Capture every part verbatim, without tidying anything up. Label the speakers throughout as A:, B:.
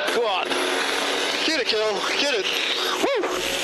A: Go on. Get a kill. Get it. Woo!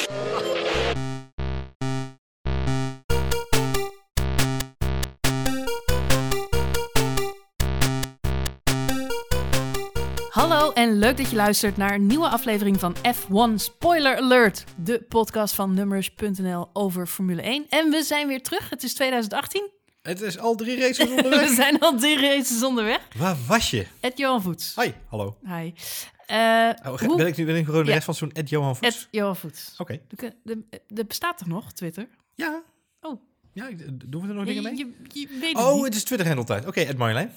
B: Hallo en leuk dat je luistert naar een nieuwe aflevering van F één Spoiler Alert. De podcast van nummers punt n l over Formule één. En we zijn weer terug. Het is twintig achttien.
C: Het is al drie races onderweg.
B: We zijn al drie races onderweg.
C: Waar was je?
B: Ed Johan Voets.
C: Hi, hallo.
B: Hi. Uh,
C: Oh, hoe... Ben ik nu ben ik gewoon de
B: ja.
C: rest van zo'n Ed Johan Voets?
B: Ed Johan Voets.
C: Oké. Okay.
B: De, de, de bestaat toch nog, Twitter?
C: Ja.
B: Oh.
C: Ja, doen we er nog dingen mee?
B: Je, je, je weet het
C: oh,
B: niet.
C: het is Twitter-handeltijd. Oké, okay, Ed Marjolein.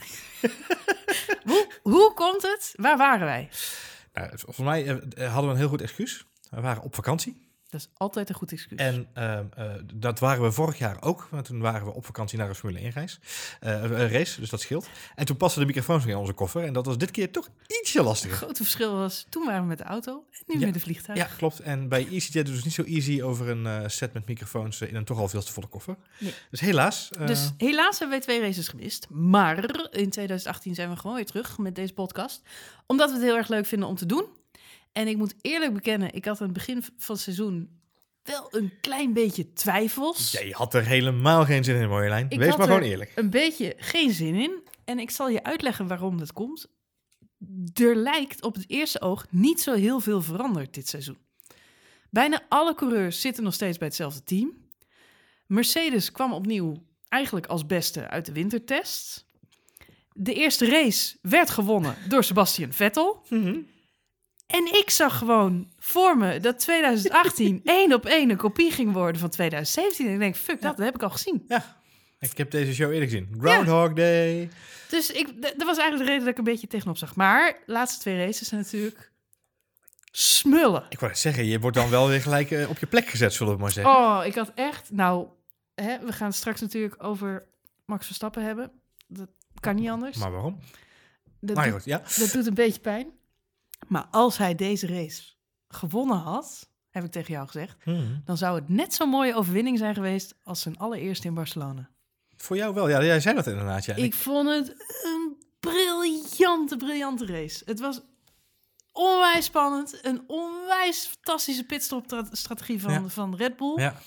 B: hoe, hoe komt het? Waar waren wij?
C: Nou, volgens mij uh, hadden we een heel goed excuus. We waren op vakantie.
B: Dat is altijd een goed excuus.
C: En uh, uh, dat waren we vorig jaar ook. Want toen waren we op vakantie naar een Formule één reis. Uh, uh, race, dus dat scheelt. En toen pasten de microfoons in onze koffer. En dat was dit keer toch ietsje lastiger.
B: Het grote verschil was, toen waren we met de auto en nu
C: ja,
B: met de vliegtuig.
C: Ja, klopt. En bij EasyJet is het dus niet zo easy over een uh, set met microfoons in een toch al veel te volle koffer. Nee. Dus helaas. Uh...
B: Dus helaas hebben wij twee races gemist. Maar in twintig achttien zijn we gewoon weer terug met deze podcast. Omdat we het heel erg leuk vinden om te doen. En ik moet eerlijk bekennen, ik had aan het begin van het seizoen wel een klein beetje twijfels.
C: Ja, je had er helemaal geen zin in, Marjolein.
B: Ik
C: Wees
B: had
C: maar gewoon
B: er
C: eerlijk.
B: een beetje geen zin in. En ik zal je uitleggen waarom dat komt. Er lijkt op het eerste oog niet zo heel veel veranderd dit seizoen. Bijna alle coureurs zitten nog steeds bij hetzelfde team. Mercedes kwam opnieuw eigenlijk als beste uit de wintertest. De eerste race werd gewonnen door Sebastian Vettel.
C: Mm-hmm.
B: En ik zag gewoon voor me dat twintig achttien één op één een kopie ging worden van twintig zeventien. En ik denk, fuck, dat, ja. dat heb ik al gezien.
C: Ja, ik heb deze show eerder gezien. Groundhog ja. Day.
B: Dus ik, d- dat was eigenlijk de reden dat ik een beetje tegenop zag. Maar de laatste twee races zijn natuurlijk smullen.
C: Ik wou zeggen, je wordt dan wel weer gelijk uh, op je plek gezet, zullen we maar zeggen.
B: Oh, ik had echt... Nou, hè, we gaan straks natuurlijk over Max Verstappen hebben. Dat kan niet anders.
C: Maar waarom?
B: Dat,
C: maar
B: doet,
C: goed, ja.
B: dat doet een beetje pijn. Maar als hij deze race gewonnen had, heb ik tegen jou gezegd,
C: hmm.
B: dan zou het net zo'n mooie overwinning zijn geweest als zijn allereerste in Barcelona.
C: Voor jou wel, ja, jij zei dat inderdaad. Ja.
B: Ik, ik vond het een briljante, briljante race. Het was onwijs spannend, een onwijs fantastische pitstop-strategie van, ja. van Red Bull.
C: Ja.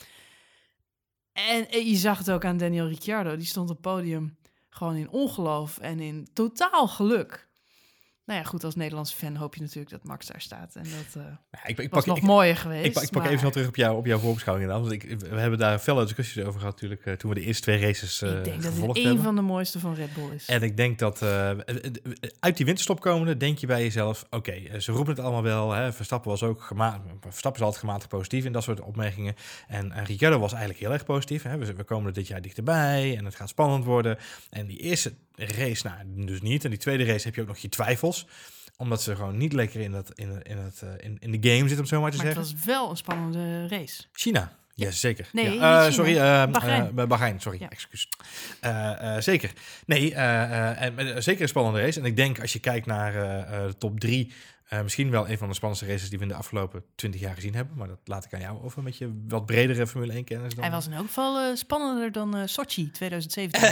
B: En, en je zag het ook aan Daniel Ricciardo, die stond op het podium gewoon in ongeloof en in totaal geluk. Nou ja, goed, als Nederlandse fan hoop je natuurlijk dat Max daar staat. En dat uh, ja, ik, ik was pak, nog ik, mooier geweest.
C: Ik, ik, ik pak
B: maar...
C: even nog terug op, jou, op jouw voorbeschouwing. Want ik, we hebben daar felle discussies over gehad natuurlijk, uh, toen we de eerste twee races uh, gevolgd hebben. Ik denk dat het
B: een van de mooiste van Red Bull is.
C: En ik denk dat uh, uit die winterstop komende denk je bij jezelf, oké, okay, uh, ze roepen het allemaal wel. Hè, Verstappen was ook gema- Verstappen is altijd gematigd positief in dat soort opmerkingen. En uh, Ricciardo was eigenlijk heel erg positief. Hè. We, we komen er dit jaar dichterbij en het gaat spannend worden. En die eerste race, nou, dus niet. En die tweede race heb je ook nog je twijfels. Omdat ze gewoon niet lekker in, dat, in, in, het, in, in de game zitten, om zo maar te
B: maar
C: zeggen.
B: Maar het was wel een spannende race.
C: China. Ja, yes, zeker.
B: Nee,
C: ja. uh, sorry, uh,
B: Bahrein.
C: Uh, Bahrein, sorry, ja. excuus. Uh, uh, zeker. Nee, uh, uh, en, uh, zeker een spannende race. En ik denk, als je kijkt naar uh, uh, de top drie... Uh, misschien wel een van de spannendste races die we in de afgelopen twintig jaar gezien hebben. Maar dat laat ik aan jou over met je wat bredere Formule één kennis. Dan...
B: Hij was in elk geval uh, spannender dan uh, Sochi twintig zeventien.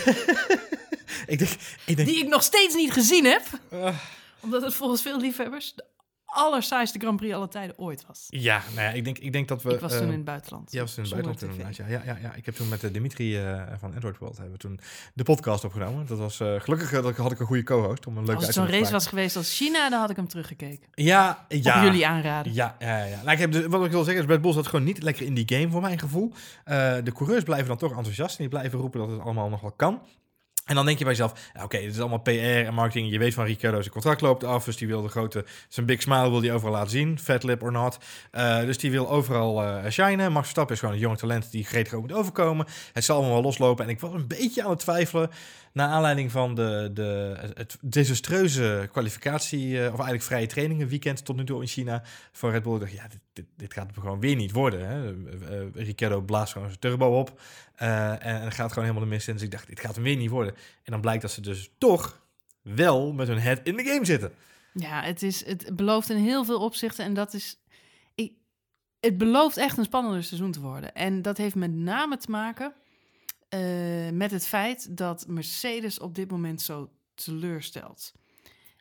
C: ik denk, ik denk...
B: Die ik nog steeds niet gezien heb. Uh... Omdat het volgens veel liefhebbers de allersaaiste Grand Prix aller tijden ooit was.
C: Ja, nou ja, ik denk, ik denk dat we...
B: Ik was uh, toen in het buitenland.
C: Ja, was toen in het buitenland inderdaad. Ja, ja, ja. Ik heb toen met uh, Dimitri uh, van Android World hebben we toen de podcast opgenomen. Dat was uh, gelukkig uh, had ik een goede co-host om een leuke
B: Als het zo'n race was geweest als China, dan had ik hem teruggekeken.
C: Ja, ja.
B: Op jullie aanraden.
C: Ja, ja, ja. Nou, ik heb dus, wat ik wil zeggen is, Red Bull zat gewoon niet lekker in die game voor mijn gevoel. Uh, de coureurs blijven dan toch enthousiast en die blijven roepen dat het allemaal nog wel kan. En dan denk je bij jezelf, ja, oké, okay, dit is allemaal P R en marketing. Je weet van Ricciardo, zijn contract loopt af, dus die wil de grote, zijn big smile wil die overal laten zien, fat lip or not. Uh, dus die wil overal uh, shinen. Max Verstappen is gewoon een jong talent die gretig ook moet overkomen. Het zal allemaal wel loslopen. En ik was een beetje aan het twijfelen, naar aanleiding van de, de, het desastreuze kwalificatie, uh, of eigenlijk vrije trainingen weekend tot nu toe in China voor Red Bull. Ik dacht, ja, dit, dit, dit gaat gewoon weer niet worden. Hè. Uh, uh, Ricciardo blaast gewoon zijn turbo op. Uh, en, en het gaat gewoon helemaal de mist in. Dus ik dacht, dit gaat hem weer niet worden. En dan blijkt dat ze dus toch wel met hun head in de game zitten.
B: Ja, het, is, het belooft in heel veel opzichten. En dat is... Ik, het belooft echt een spannender seizoen te worden. En dat heeft met name te maken uh, met het feit dat Mercedes op dit moment zo teleurstelt.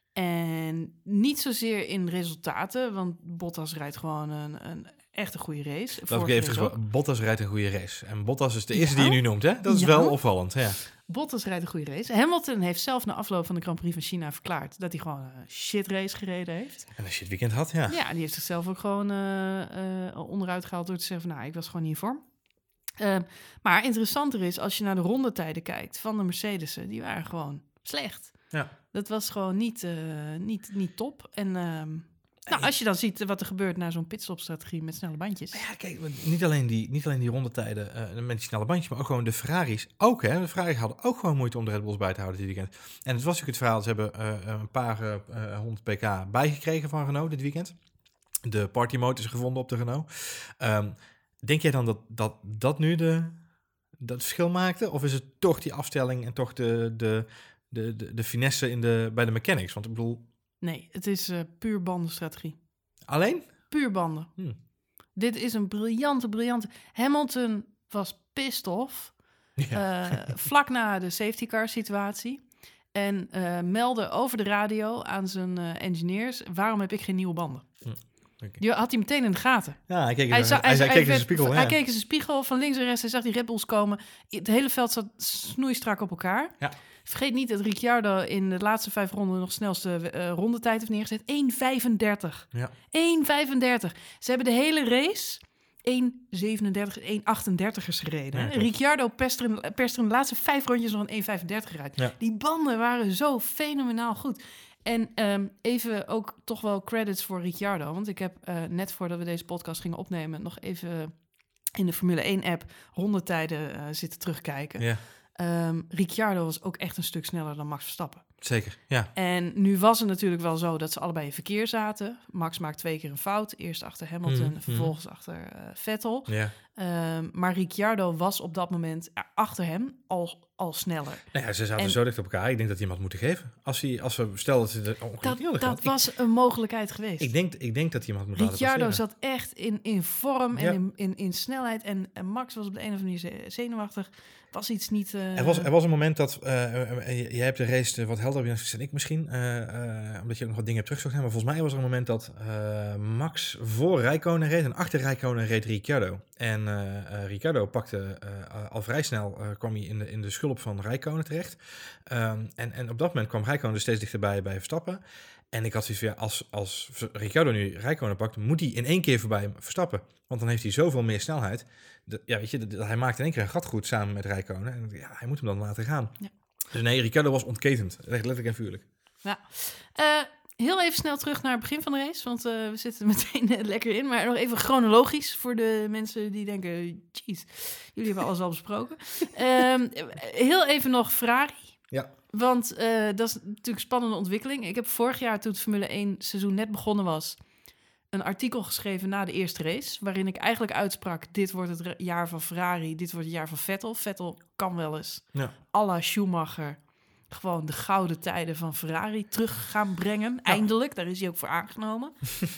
B: En niet zozeer in resultaten, want Bottas rijdt gewoon een, een echt een goede race.
C: Dat ik even gezegd, Bottas rijdt een goede race. En Bottas is de eerste
B: Ja.
C: die je nu noemt, hè? Dat is
B: Ja.
C: wel opvallend, ja.
B: Bottas rijdt een goede race. Hamilton heeft zelf na afloop van de Grand Prix van China verklaard dat hij gewoon een shit race gereden heeft.
C: En als je het weekend had, ja.
B: Ja, die heeft zichzelf ook gewoon uh, uh, onderuit gehaald door te zeggen van, nou, ik was gewoon niet in vorm. Uh, maar interessanter is, als je naar de rondetijden kijkt van de Mercedes'en, die waren gewoon slecht.
C: Ja.
B: Dat was gewoon niet, uh, niet, niet top. En uh, nou, als je dan ziet wat er gebeurt na zo'n pitstopstrategie met snelle bandjes.
C: Ja, kijk, niet alleen die, niet alleen die rondetijden uh, met die snelle bandjes, maar ook gewoon de Ferraris. Ook, hè. De Ferraris hadden ook gewoon moeite om de Red Bulls bij te houden dit weekend. En het was natuurlijk het verhaal, ze hebben uh, een paar uh, honderd pk bijgekregen van Renault dit weekend. De party mode is gevonden op de Renault. Um, denk jij dan dat, dat dat nu de, dat verschil maakte? Of is het toch die afstelling en toch de, de, de, de, de finesse in de, bij de mechanics? Want ik bedoel...
B: Nee, het is uh, puur bandenstrategie.
C: Alleen?
B: Puur banden.
C: Hmm.
B: Dit is een briljante, briljante... Hamilton was pissed off ja. uh, vlak na de safety car situatie. En uh, meldde over de radio aan zijn uh, engineers... waarom heb ik geen nieuwe banden? Hmm. Okay. Die had hij meteen in de gaten.
C: Ja, hij keek,
B: hij,
C: hij,
B: zag,
C: hij, hij, hij keek in zijn spiegel.
B: Hij
C: ja.
B: keek in zijn spiegel van links en rechts. Hij zag die Red Bulls komen. Het hele veld zat snoeistrak op elkaar.
C: Ja.
B: Vergeet niet dat Ricciardo in de laatste vijf ronden nog snelste uh, rondetijd heeft neergezet. één vijfendertig.
C: Ja.
B: één vijfendertig. Ze hebben de hele race één zevenendertig, één achtendertigers gereden. Ja, Ricciardo perst er, in, perst er in de laatste vijf rondjes nog een één vijfendertig uit. Ja. Die banden waren zo fenomenaal goed. En um, even ook toch wel credits voor Ricciardo. Want ik heb uh, net voordat we deze podcast gingen opnemen... nog even in de Formule één-app rondetijden uh, zitten terugkijken.
C: Ja.
B: Um, Ricciardo was ook echt een stuk sneller dan Max Verstappen.
C: Zeker, ja.
B: En nu was het natuurlijk wel zo dat ze allebei in verkeer zaten. Max maakt twee keer een fout. Eerst achter Hamilton, mm, vervolgens mm. achter uh, Vettel.
C: Ja.
B: Um, maar Ricciardo was op dat moment uh, achter hem al, al sneller.
C: Nou ja, ze zaten en, zo dicht op elkaar. Ik denk dat hij hem had moeten geven. Als, hij, als we stel dat ze de
B: Dat, dat was ik, een mogelijkheid geweest.
C: Ik denk, ik denk dat hij hem had moeten
B: Ricciardo
C: laten passeren.
B: zat echt in, in vorm en
C: ja.
B: in, in, in snelheid. En, en Max was op de een of andere manier zenuwachtig. Was iets niet... Uh...
C: Er, was, er was een moment dat... Uh, uh, jij hebt de race wat helder gezien dan ik misschien. Uh, uh, omdat je ook nog wat dingen hebt teruggezocht. Maar volgens mij was er een moment dat uh, Max voor Räikkönen reed. En achter Räikkönen reed Ricciardo. En uh, uh, Ricciardo pakte uh, al vrij snel... Uh, kwam hij in de, in de schulp van Räikkönen terecht. Um, en, en op dat moment kwam Räikkönen dus steeds dichterbij bij Verstappen. En ik had zoiets van, ja, als, als Ricciardo nu Räikkönen pakt... moet hij in één keer voorbij Verstappen. Want dan heeft hij zoveel meer snelheid... De, ja, weet je, de, de, hij maakt in één keer een gat goed samen met Räikkönen. En ja, hij moet hem dan laten gaan. Ja. Dus nee, Ricciardo was ontketend. Letterlijk en vuurlijk.
B: Ja. Uh, heel even snel terug naar het begin van de race. Want uh, we zitten meteen lekker in. Maar nog even chronologisch voor de mensen die denken... Jeez, jullie hebben alles al besproken. um, heel even nog Ferrari.
C: Ja.
B: Want uh, dat is natuurlijk een spannende ontwikkeling. Ik heb vorig jaar, toen het Formule één seizoen net begonnen was... een artikel geschreven na de eerste race... waarin ik eigenlijk uitsprak... dit wordt het jaar van Ferrari, dit wordt het jaar van Vettel. Vettel kan wel eens,
C: ja.
B: à la Schumacher... gewoon de gouden tijden van Ferrari terug gaan brengen. Ja. Eindelijk, daar is hij ook voor aangenomen.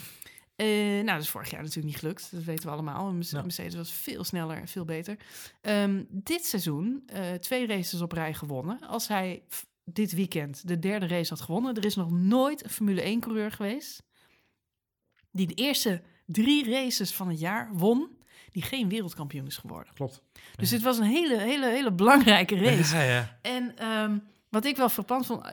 B: uh, nou, dat is vorig jaar natuurlijk niet gelukt. Dat weten we allemaal. Mercedes ja. was veel sneller en veel beter. Um, dit seizoen, uh, twee races op rij gewonnen. Als hij f- dit weekend de derde race had gewonnen... er is nog nooit een Formule één-coureur geweest... die de eerste drie races van het jaar won... die geen wereldkampioen is geworden.
C: Klopt.
B: Dus ja. dit was een hele, hele, hele belangrijke race.
C: Ja, ja.
B: En um, wat ik wel frappant vond... Uh,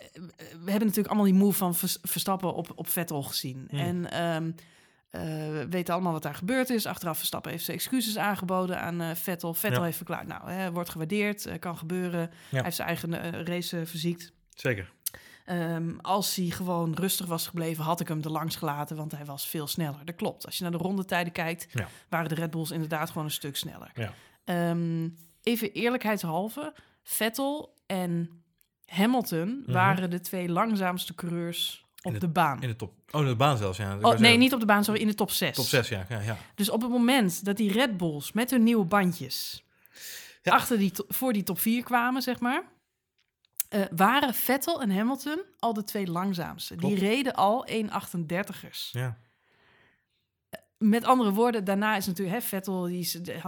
B: we hebben natuurlijk allemaal die move van Verstappen op, op Vettel gezien. Mm. En um, uh, we weten allemaal wat daar gebeurd is. Achteraf Verstappen heeft zijn excuses aangeboden aan uh, Vettel. Vettel ja. heeft verklaard, nou, hè, wordt gewaardeerd, uh, kan gebeuren. Ja. Hij heeft zijn eigen uh, race uh, verziekt.
C: Zeker.
B: Um, als hij gewoon rustig was gebleven, had ik hem er langs gelaten, want hij was veel sneller. Dat klopt. Als je naar de rondetijden kijkt, ja. waren de Red Bulls inderdaad gewoon een stuk sneller.
C: Ja.
B: Um, even eerlijkheidshalve, Vettel en Hamilton mm-hmm. waren de twee langzaamste coureurs op de, de baan.
C: In de top. Oh, in de baan zelfs, ja.
B: Oh, nee, zeggen. niet op de baan, sorry, in de top zes.
C: Top zes, ja. ja, ja.
B: Dus op het moment dat die Red Bulls met hun nieuwe bandjes ja. achter die to- voor die top vier kwamen, zeg maar... Uh, waren Vettel en Hamilton al de twee langzaamste. Klopt. Die reden al één achtendertigers.
C: Ja.
B: Met andere woorden, daarna is natuurlijk... Hè, Vettel die is, die had problemen met zijn auto, had ondersteer, kwam niet meer goed vooruit. Nee. Jada, jada, jada.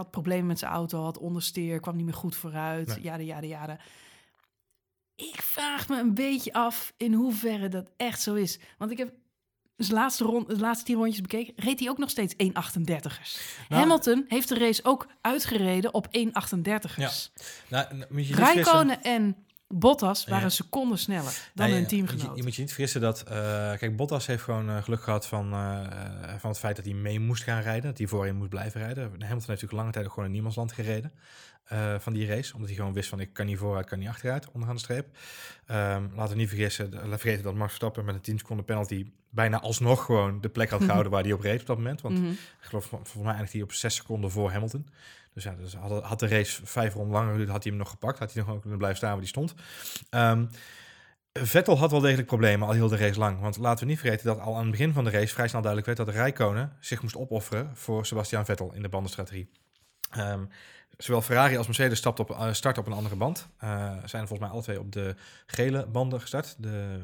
B: Ik vraag me een beetje af in hoeverre dat echt zo is. Want ik heb dus de laatste, rond, de laatste tien rondjes bekeken. Reed hij ook nog steeds één achtendertigers.
C: Nou,
B: Hamilton heeft de race ook uitgereden op één achtendertigers.
C: Nou, nou, moet je niet vergissen-
B: Raikkonen en Bottas waren
C: Ja.
B: een seconde sneller dan
C: Nee,
B: hun
C: je-
B: teamgenoot.
C: Je, je moet je niet vergissen dat... eh, kijk, Bottas heeft gewoon uh, geluk gehad van, uh, van het feit dat hij mee moest gaan rijden. Dat hij voorin moest blijven rijden. Hamilton heeft natuurlijk lange tijd ook gewoon in niemandsland gereden. Uh, van die race. Omdat hij gewoon wist van ik kan niet vooruit, kan niet achteruit. Onderaan de streep. Um, laten we niet vergissen, vergeten dat Max Verstappen met een tien seconden penalty bijna alsnog gewoon de plek had gehouden waar hij op reed op dat moment. Want
B: Mm-hmm.
C: ik geloof volgens mij eindigde hij op zes seconden voor Hamilton. Dus ja, dus had, had de race vijf ronden langer geduurd, had hij hem nog gepakt. Had hij nog gewoon kunnen blijven staan waar hij stond. Um, Vettel had wel degelijk problemen al heel de race lang. Want laten we niet vergeten dat al aan het begin van de race vrij snel duidelijk werd dat Raikkonen zich moest opofferen voor Sebastian Vettel in de bandenstrategie. Um, Zowel Ferrari als Mercedes start op, uh, start op een andere band. Uh, zijn volgens mij alle twee op de gele banden gestart. De,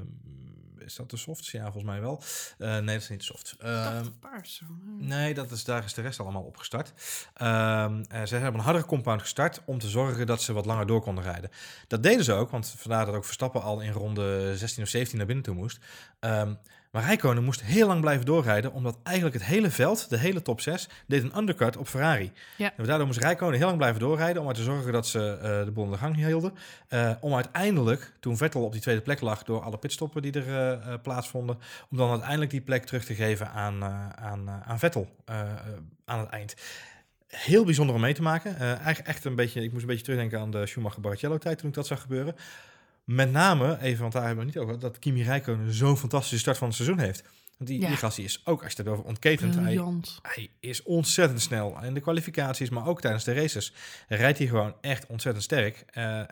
C: is dat de softs? Ja, volgens mij wel. Uh, nee, dat is niet de softs. Uh,
B: paars.
C: Nee, dat is, daar is de rest allemaal op gestart. Uh, uh, ze hebben een hardere compound gestart om te zorgen dat ze wat langer door konden rijden. Dat deden ze ook, want vandaar dat ook Verstappen al in ronde zestien of zeventien naar binnen toe moest. Um, Maar Raikkonen moest heel lang blijven doorrijden, omdat eigenlijk het hele veld, de hele top zes, deed een undercut op Ferrari.
B: Ja.
C: En daardoor moest Raikkonen heel lang blijven doorrijden om er te zorgen dat ze uh, de boel in de gang hielden. Uh, om uiteindelijk, toen Vettel op die tweede plek lag door alle pitstoppen die er uh, uh, plaatsvonden, om dan uiteindelijk die plek terug te geven aan, uh, aan, uh, aan Vettel uh, uh, aan het eind. Heel bijzonder om mee te maken. Uh, eigenlijk echt een beetje, ik moest een beetje terugdenken aan de Schumacher-Barrichello tijd toen ik dat zag gebeuren. Met name, even, want daar hebben we het niet over, dat Kimi Räikkönen zo'n fantastische start van het seizoen heeft. Want die,
B: Ja.
C: die gast die is ook, als je het hebt over ontketend, hij,
B: Briljant.
C: hij is ontzettend snel. In de kwalificaties, maar ook tijdens de races rijdt hij gewoon echt ontzettend sterk. Uh,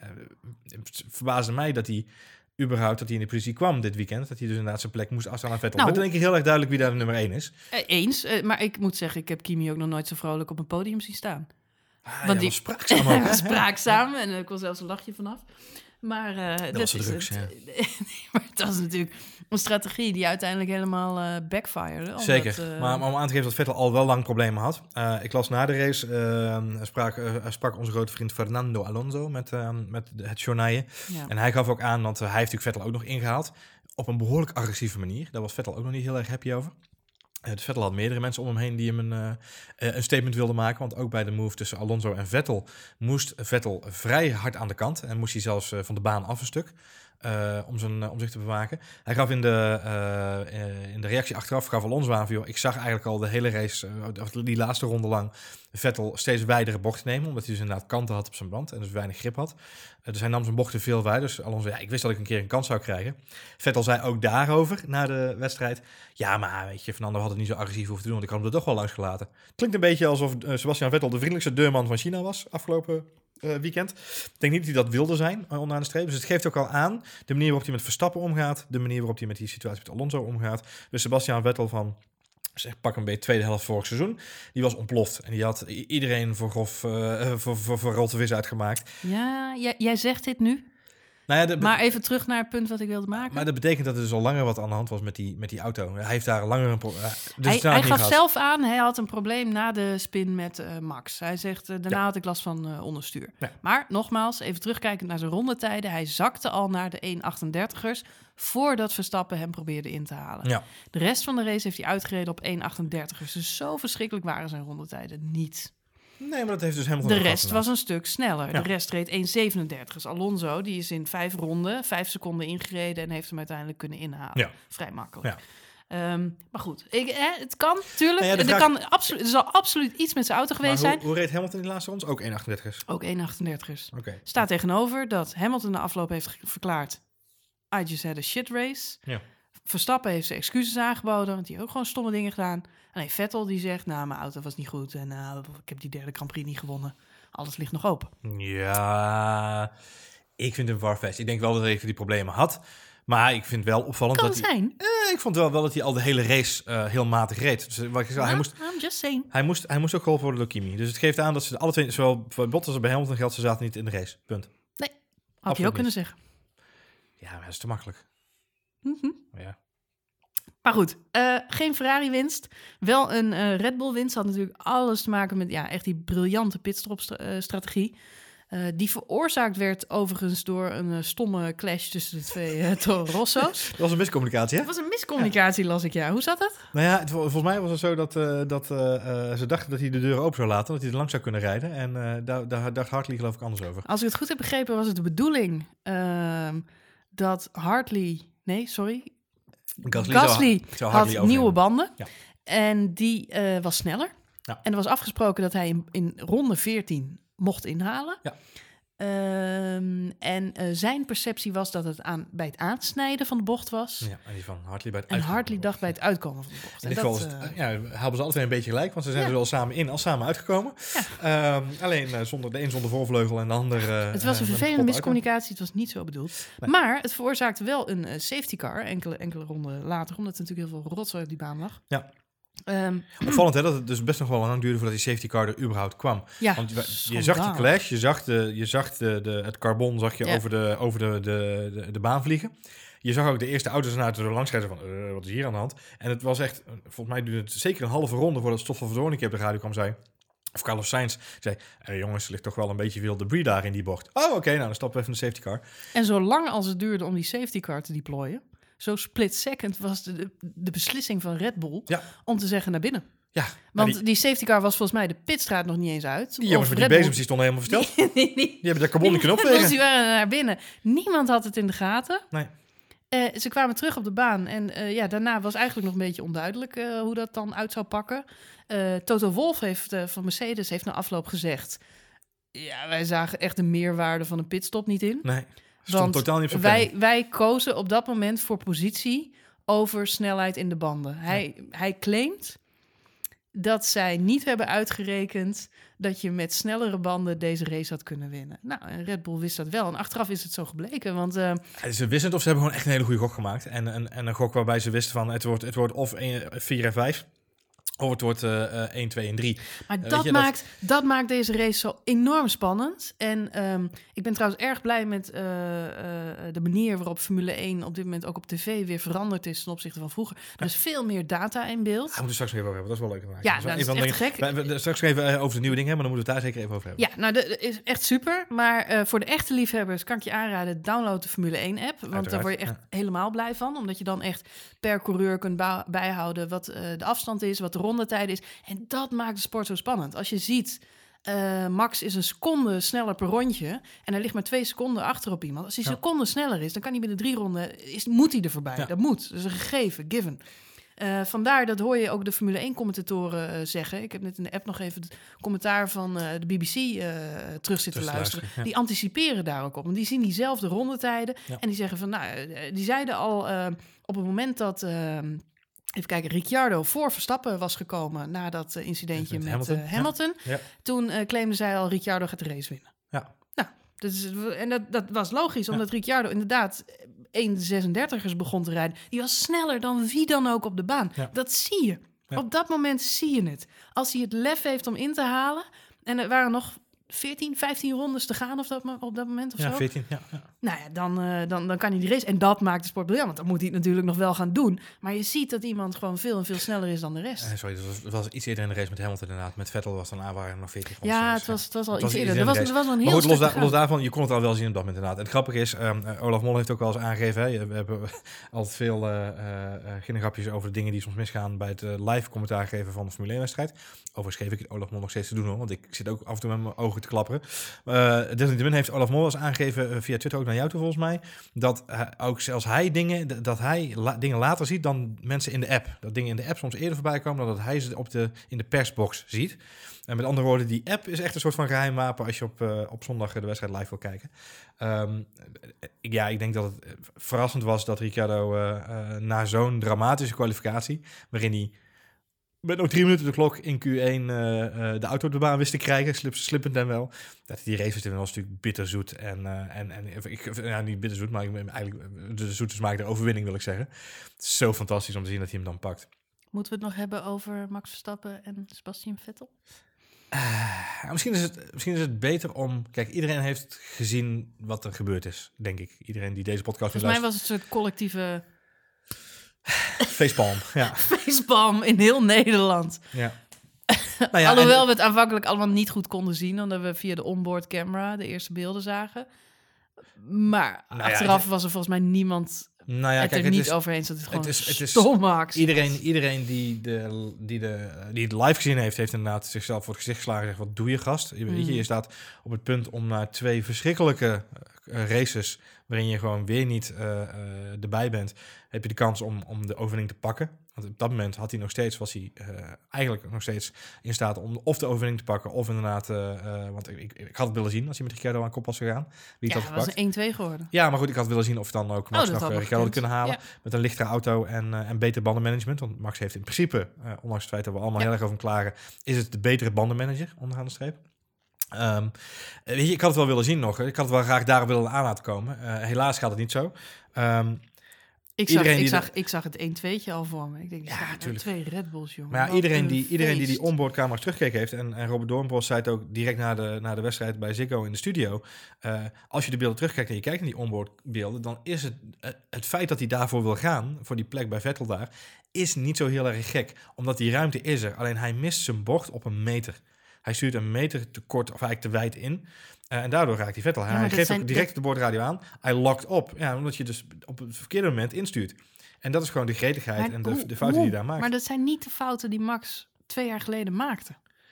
C: het verbaasde mij dat hij überhaupt dat hij in de positie kwam dit weekend. Dat hij dus inderdaad zijn plek moest afstaan aan Vettel.
B: Nou,
C: Maar dan denk ik heel erg duidelijk wie daar de nummer één is.
B: Eh, Eens, eh, maar ik moet zeggen, ik heb Kimi ook nog nooit zo vrolijk op een podium zien staan.
C: Ah,
B: Want
C: ja,
B: die-
C: was spraakzaam ook.
B: Hij
C: hè?
B: was spraakzaam en er kon zelfs een lachje vanaf. Maar uh, dat,
C: was de
B: is
C: drugs,
B: het. Nee, maar het was natuurlijk een strategie die uiteindelijk helemaal uh, backfired. Omdat,
C: Zeker,
B: uh,
C: maar, maar om aan te geven dat Vettel al wel lang problemen had. Uh, ik las na de race, uh, sprak, uh, sprak onze grote vriend Fernando Alonso met, uh, met het journaaien.
B: ja.
C: En hij gaf ook aan, want uh, hij heeft natuurlijk Vettel ook nog ingehaald. Op een behoorlijk agressieve manier. Daar was Vettel ook nog niet heel erg happy over. Uh, dus Vettel had meerdere mensen om hem heen die hem een, uh, uh, een statement wilden maken. Want ook bij de move tussen Alonso en Vettel moest Vettel vrij hard aan de kant. En moest hij zelfs uh, van de baan af een stuk. Uh, om, zijn, uh, om zich te bewaken. Hij gaf in de, uh, uh, in de reactie achteraf, gaf Alonso aan van, joh, ik zag eigenlijk al de hele race, uh, die laatste ronde lang, Vettel steeds wijdere bochten nemen, omdat hij dus inderdaad kanten had op zijn band en dus weinig grip had. Uh, dus hij nam zijn bochten veel wijder. Dus Alonso, ja, ik wist dat ik een keer een kans zou krijgen. Vettel zei ook daarover, na de wedstrijd, ja, maar weet je, Fernando had het niet zo agressief hoeven te doen, want ik had hem er toch wel langs gelaten. Klinkt een beetje alsof uh, Sebastian Vettel de vriendelijkste deurman van China was, afgelopen Uh, weekend. Ik denk niet dat hij dat wilde zijn uh, onderaan de streep. Dus het geeft ook al aan de manier waarop hij met Verstappen omgaat, de manier waarop hij met die situatie met Alonso omgaat. Dus Sebastian Vettel van, zeg, pak een beetje tweede helft vorig seizoen, die was ontploft. En die had i- iedereen voor grof, uh, voor, voor, voor rotte vis uitgemaakt.
B: Ja, jij, jij zegt dit nu.
C: Nou ja, de,
B: Maar even terug naar het punt wat ik wilde maken.
C: maar dat betekent dat er dus al langer wat aan de hand was met die, met die auto. Hij heeft daar langer een probleem. Dus
B: hij
C: het had
B: hij
C: niet
B: gaf
C: gehad.
B: zelf aan, hij had een probleem na de spin met uh, Max. Hij zegt, uh, daarna
C: Ja.
B: had ik last van uh, onderstuur.
C: Ja.
B: Maar nogmaals, even terugkijkend naar zijn rondetijden. Hij zakte al naar de één achtendertigers voordat Verstappen hem probeerde in te halen.
C: Ja.
B: De rest van de race heeft hij uitgereden op één achtendertigers. Dus zo verschrikkelijk waren zijn rondetijden niet.
C: Nee, maar dat heeft dus helemaal
B: De rest was een stuk sneller.
C: Ja.
B: De rest reed één zevenendertigers. Alonso, die is in vijf ronden, vijf seconden ingereden en heeft hem uiteindelijk kunnen inhalen.
C: Ja.
B: Vrij makkelijk.
C: Ja.
B: Um, maar goed, ik, hè, het kan, tuurlijk.
C: Nou ja, de
B: er,
C: vraag-
B: kan absolu- er zal absoluut iets met zijn auto
C: Maar
B: geweest
C: hoe,
B: zijn.
C: hoe reed Hamilton in de laatste ronde? Ook één achtendertigers.
B: Ook één achtendertigers.
C: Oké.
B: Staat tegenover dat Hamilton de afloop heeft ge- verklaard... I just had a shit race.
C: Ja.
B: Verstappen heeft zijn excuses aangeboden, want die heeft ook gewoon stomme dingen gedaan. Alleen Vettel die zegt, nou, mijn auto was niet goed en uh, ik heb die derde Grand Prix niet gewonnen. Alles ligt nog open.
C: Ja, ik vind hem warfest. Ik denk wel dat hij die problemen had. Maar ik vind wel opvallend
B: Kan
C: dat
B: het
C: hij...
B: zijn.
C: Eh, ik vond wel, wel dat hij al de hele race uh, heel matig reed. Dus, wat ik zei, hij, moest,
B: I'm just saying.
C: hij, moest, hij moest ook geholpen worden door Kimi. Dus het geeft aan dat ze alle twee, zowel bij Bottas als bij Hamilton geldt, ze zaten niet in de race. Punt.
B: Had
C: Absoluut
B: je ook kunnen
C: niet.
B: zeggen.
C: Ja, maar dat is te makkelijk.
B: Mhm.
C: Ja.
B: Maar goed, uh, geen Ferrari-winst. Wel een uh, Red Bull-winst. Had natuurlijk alles te maken met ja, echt die briljante pitstop-strategie. Uh, die veroorzaakt werd overigens door een uh, stomme clash tussen de twee uh, Toro Rosso's.
C: Dat was een miscommunicatie, hè?
B: Dat was een miscommunicatie, ja. las ik, ja. Hoe zat dat?
C: Nou ja, het, volgens mij was het zo dat, uh, dat uh, uh, ze dachten dat hij de deur open zou laten, dat hij er langs zou kunnen rijden. En uh, daar, daar dacht Hartley geloof ik anders over.
B: Als ik het goed heb begrepen, was het de bedoeling uh, dat Hartley... Nee, sorry.
C: Gasly,
B: Gasly
C: zou, zou
B: had
C: Hartley
B: nieuwe banden.
C: Ja.
B: En die uh, was sneller.
C: Ja.
B: En er was afgesproken dat hij in, in ronde veertien mocht inhalen.
C: Ja.
B: Um, en uh, zijn perceptie was dat het aan, bij het aansnijden van de bocht was.
C: Ja, en die van Hartley bij het
B: En Hartley dacht bij het uitkomen van de bocht.
C: In dit geval uh, ja, hebben ze altijd een beetje gelijk, want ze zijn ja. er wel samen in als samen uitgekomen. Ja. Um, alleen uh, zonder, de een zonder voorvleugel en de ander... Uh,
B: het was een
C: uh,
B: vervelende miscommunicatie, het was niet zo bedoeld. Nee. Maar het veroorzaakte wel een uh, safety car, enkele, enkele ronden later, omdat er natuurlijk heel veel rotzooi op die baan lag.
C: Ja.
B: Um,
C: Opvallend hè, dat het dus best nog wel lang duurde voordat die safety car er überhaupt kwam.
B: Ja,
C: Want je, je zag die clash, je zag, de, je zag de, de, het carbon zag je ja. over, de, over de, de, de, de baan vliegen. Je zag ook de eerste auto's naar er langs rijden van, uh, wat is hier aan de hand? En het was echt, volgens mij duurde het zeker een halve ronde voordat Stoffel Verdorn een keer op de radio kwam zei... Of Carlos Sainz zei, eh, jongens, er ligt toch wel een beetje veel debris daar in die bocht. Oh, oké, okay, nou dan stappen we even in de safety car.
B: En zolang als het duurde om die safety car te deployen, zo split second was de, de, de beslissing van Red Bull ja. om te zeggen naar binnen.
C: Ja,
B: Want
C: die,
B: die safety car was volgens mij de pitstraat nog niet eens uit.
C: Die jongens met die bezems die stonden helemaal versteld. Die, die, die, die hebben de carbon niet kunnen opvegen.
B: Die waren naar binnen. Niemand had het in de gaten.
C: Nee.
B: Uh, ze kwamen terug op de baan. En uh, ja, daarna was eigenlijk nog een beetje onduidelijk uh, hoe dat dan uit zou pakken. Uh, Toto Wolff heeft, uh, van Mercedes heeft na afloop gezegd... Ja, wij zagen echt de meerwaarde van een pitstop niet in.
C: Nee, stond
B: want
C: totaal niet
B: wij, wij kozen op dat moment voor positie over snelheid in de banden. Ja. Hij, hij claimt dat zij niet hebben uitgerekend dat je met snellere banden deze race had kunnen winnen. Nou, en Red Bull wist dat wel. En achteraf is het zo gebleken, want... Uh,
C: ja, ze wisten het of ze hebben gewoon echt een hele goede gok gemaakt. En, en, en een gok waarbij ze wisten van, het wordt, het wordt of vier en vijf... Of het wordt uh, uh, één, twee en drie.
B: Maar uh, dat, je, maakt, dat... dat maakt deze race zo enorm spannend. En um, ik ben trouwens erg blij met uh, uh, de manier waarop Formule één op dit moment ook op tv weer veranderd is ten opzichte van vroeger. Er is veel meer data in beeld.
C: Daar moeten we straks even over hebben. Dat is wel leuk.
B: Ja, dat, dat is echt gek.
C: We, we, straks even over de nieuwe dingen hebben, maar dan moeten we het daar zeker even over hebben.
B: Ja, nou, dat is echt super. Maar uh, voor de echte liefhebbers kan ik je aanraden, download de Formule één app. Want Uiteraard, daar word je echt ja. helemaal blij van. Omdat je dan echt per coureur kunt ba- bijhouden wat uh, de afstand is, wat de rondetijd is. En dat maakt de sport zo spannend. Als je ziet, uh, Max is een seconde sneller per rondje en hij ligt maar twee seconden achter op iemand. Als hij een ja. seconde sneller is, dan kan hij binnen drie ronden, is, moet hij er voorbij. Ja. Dat moet. Dat is een gegeven, given. Uh, vandaar, dat hoor je ook de Formule één-commentatoren uh, zeggen. Ik heb net in de app nog even het commentaar van uh, de B B C uh, terug zitten luisteren. luisteren ja. Die anticiperen daar ook op. Want die zien diezelfde rondetijden. Ja. En die zeggen van, nou, uh, die zeiden al uh, op het moment dat... Uh, Even kijken, Ricciardo voor Verstappen was gekomen na dat uh, incidentje met, met Hamilton. Uh, Hamilton. Ja. Ja. Toen uh, claimden zij al, Ricciardo gaat de race winnen.
C: Ja.
B: Nou, dat is, en dat, dat was logisch, omdat ja. Ricciardo inderdaad één zesendertigers begon te rijden. Die was sneller dan wie dan ook op de baan. Ja. Dat zie je. Ja. Op dat moment zie je het. Als hij het lef heeft om in te halen, en er waren nog veertien, vijftien rondes te gaan of dat, op dat moment of
C: ja,
B: zo.
C: veertien, ja, ja.
B: Nou ja, dan, uh, dan, dan kan hij die race. En dat maakt de sport briljant, want dan moet hij het natuurlijk nog wel gaan doen. Maar je ziet dat iemand gewoon veel en veel sneller is dan de rest.
C: Uh, sorry, dat was, dat was iets eerder in de race met Hamilton inderdaad. Met Vettel was dan waren er nog veertien rondes.
B: Ja, het was, het was al het iets was eerder. Er was, er was nog een heel
C: goed,
B: stuk
C: los, da- los daarvan, je kon het al wel zien op dat moment inderdaad. En het grappige is, um, uh, Olaf Mol heeft ook wel eens aangegeven, hè, we hebben altijd veel uh, uh, ginnegrapjes over de dingen die soms misgaan bij het uh, live commentaar geven van de Formule één-wedstrijd. Overigens geef ik het Olaf Mol nog steeds te doen hoor, want ik zit ook af en toe met mijn ogen te klapperen. Uh, Desalniettemin heeft Olaf Mol eens aangegeven, uh, via Twitter ook naar jou toe volgens mij, dat uh, ook zelfs hij dingen, dat hij la- dingen later ziet dan mensen in de app. Dat dingen in de app soms eerder voorbij komen dan dat hij ze op de, in de persbox ziet. En met andere woorden, die app is echt een soort van geheim wapen als je op, uh, op zondag de wedstrijd live wil kijken. Um, ja, ik denk dat het verrassend was dat Ricciardo uh, uh, na zo'n dramatische kwalificatie, waarin hij met nog drie minuten de klok in Q één uh, uh, de auto op de baan wist te krijgen, slip, slippend en wel. Dat die race was was natuurlijk bitterzoet. En, uh, en, en ik, ja, niet bitterzoet, maar ik, eigenlijk de zoete smaak der overwinning wil ik zeggen. Het is zo fantastisch om te zien dat hij hem dan pakt.
B: Moeten we het nog hebben over Max Verstappen en Sebastian Vettel?
C: Uh, misschien, is het, misschien is het beter om... Kijk, iedereen heeft gezien wat er gebeurd is, denk ik. Iedereen die deze podcast...
B: Volgens mij was het een soort collectieve...
C: Facepalm, ja.
B: Facepalm in heel Nederland.
C: Ja. Nou ja,
B: Alhoewel
C: en-
B: we het aanvankelijk allemaal niet goed konden zien, omdat we via de onboard camera de eerste beelden zagen. Maar
C: Nou ja,
B: achteraf
C: het-
B: was er volgens mij niemand
C: nou ja,
B: het
C: kijk,
B: er
C: het
B: niet
C: is,
B: over eens dat het gewoon
C: is- het is-
B: stom maakt.
C: Iedereen, iedereen die, de, die, de, die het live gezien heeft, heeft inderdaad zichzelf voor het gezicht geslagen en zegt, wat doe je gast? Je, weet je,
B: Mm.
C: je staat op het punt om naar twee verschrikkelijke uh, races, waarin je gewoon weer niet uh, uh, erbij bent, heb je de kans om, om de overwinning te pakken. Want op dat moment had hij nog steeds, was hij uh, eigenlijk nog steeds in staat om of de overwinning te pakken, of inderdaad, uh, uh, want ik, ik, ik had het willen zien als hij met Ricciardo aan kop was gegaan. Wie het
B: Ja,
C: had
B: het was
C: gepakt.
B: een één-twee geworden.
C: Ja, maar goed, ik had willen zien of dan ook Max
B: dat
C: nog
B: had
C: uh,
B: nog
C: Ricciardo had
B: gekund.
C: kunnen halen.
B: Ja.
C: Met een lichtere auto en, uh, en beter bandenmanagement. Want Max heeft in principe, uh, ondanks het feit dat we allemaal
B: Ja.
C: heel erg over hem klagen, is het de betere bandenmanager, onderaan de streep. Um, weet je, ik had het wel willen zien nog. Ik had het wel graag daarop willen aan laten komen. Uh, helaas gaat het niet zo. Um,
B: Ik zag,
C: Iedereen
B: ik,
C: die
B: zag,
C: de-
B: ik zag het één-tweetje al voor me. Ik denk,
C: Ja,
B: ja, staan
C: tuurlijk.
B: twee Red Bulls, jongen.
C: Maar ja,
B: Wat
C: iedereen
B: een
C: die, iedereen die die
B: feest.
C: onboardcamera's teruggekeken heeft... en, en Robert Doornbos zei het ook direct na de, na de wedstrijd bij Ziggo in de studio... Uh, als je de beelden terugkijkt en je kijkt naar die onboardbeelden... dan is het uh, het feit dat hij daarvoor wil gaan, voor die plek bij Vettel daar... is niet zo heel erg gek, omdat die ruimte is er. Alleen hij mist zijn bocht op een meter. Hij stuurt een meter te kort of eigenlijk te wijd in... Uh, en daardoor raakt hij Vettel.
B: Ja,
C: hij
B: maar dat
C: geeft
B: zijn-
C: ook direct de boordradio aan. Hij lokt op. Ja, omdat je dus op het verkeerde moment instuurt. En dat is gewoon de gretigheid
B: Maar
C: en de,
B: hoe-
C: de fouten die
B: hoe?
C: hij daar maakt.
B: Maar dat zijn niet de fouten die Max twee jaar geleden maakte.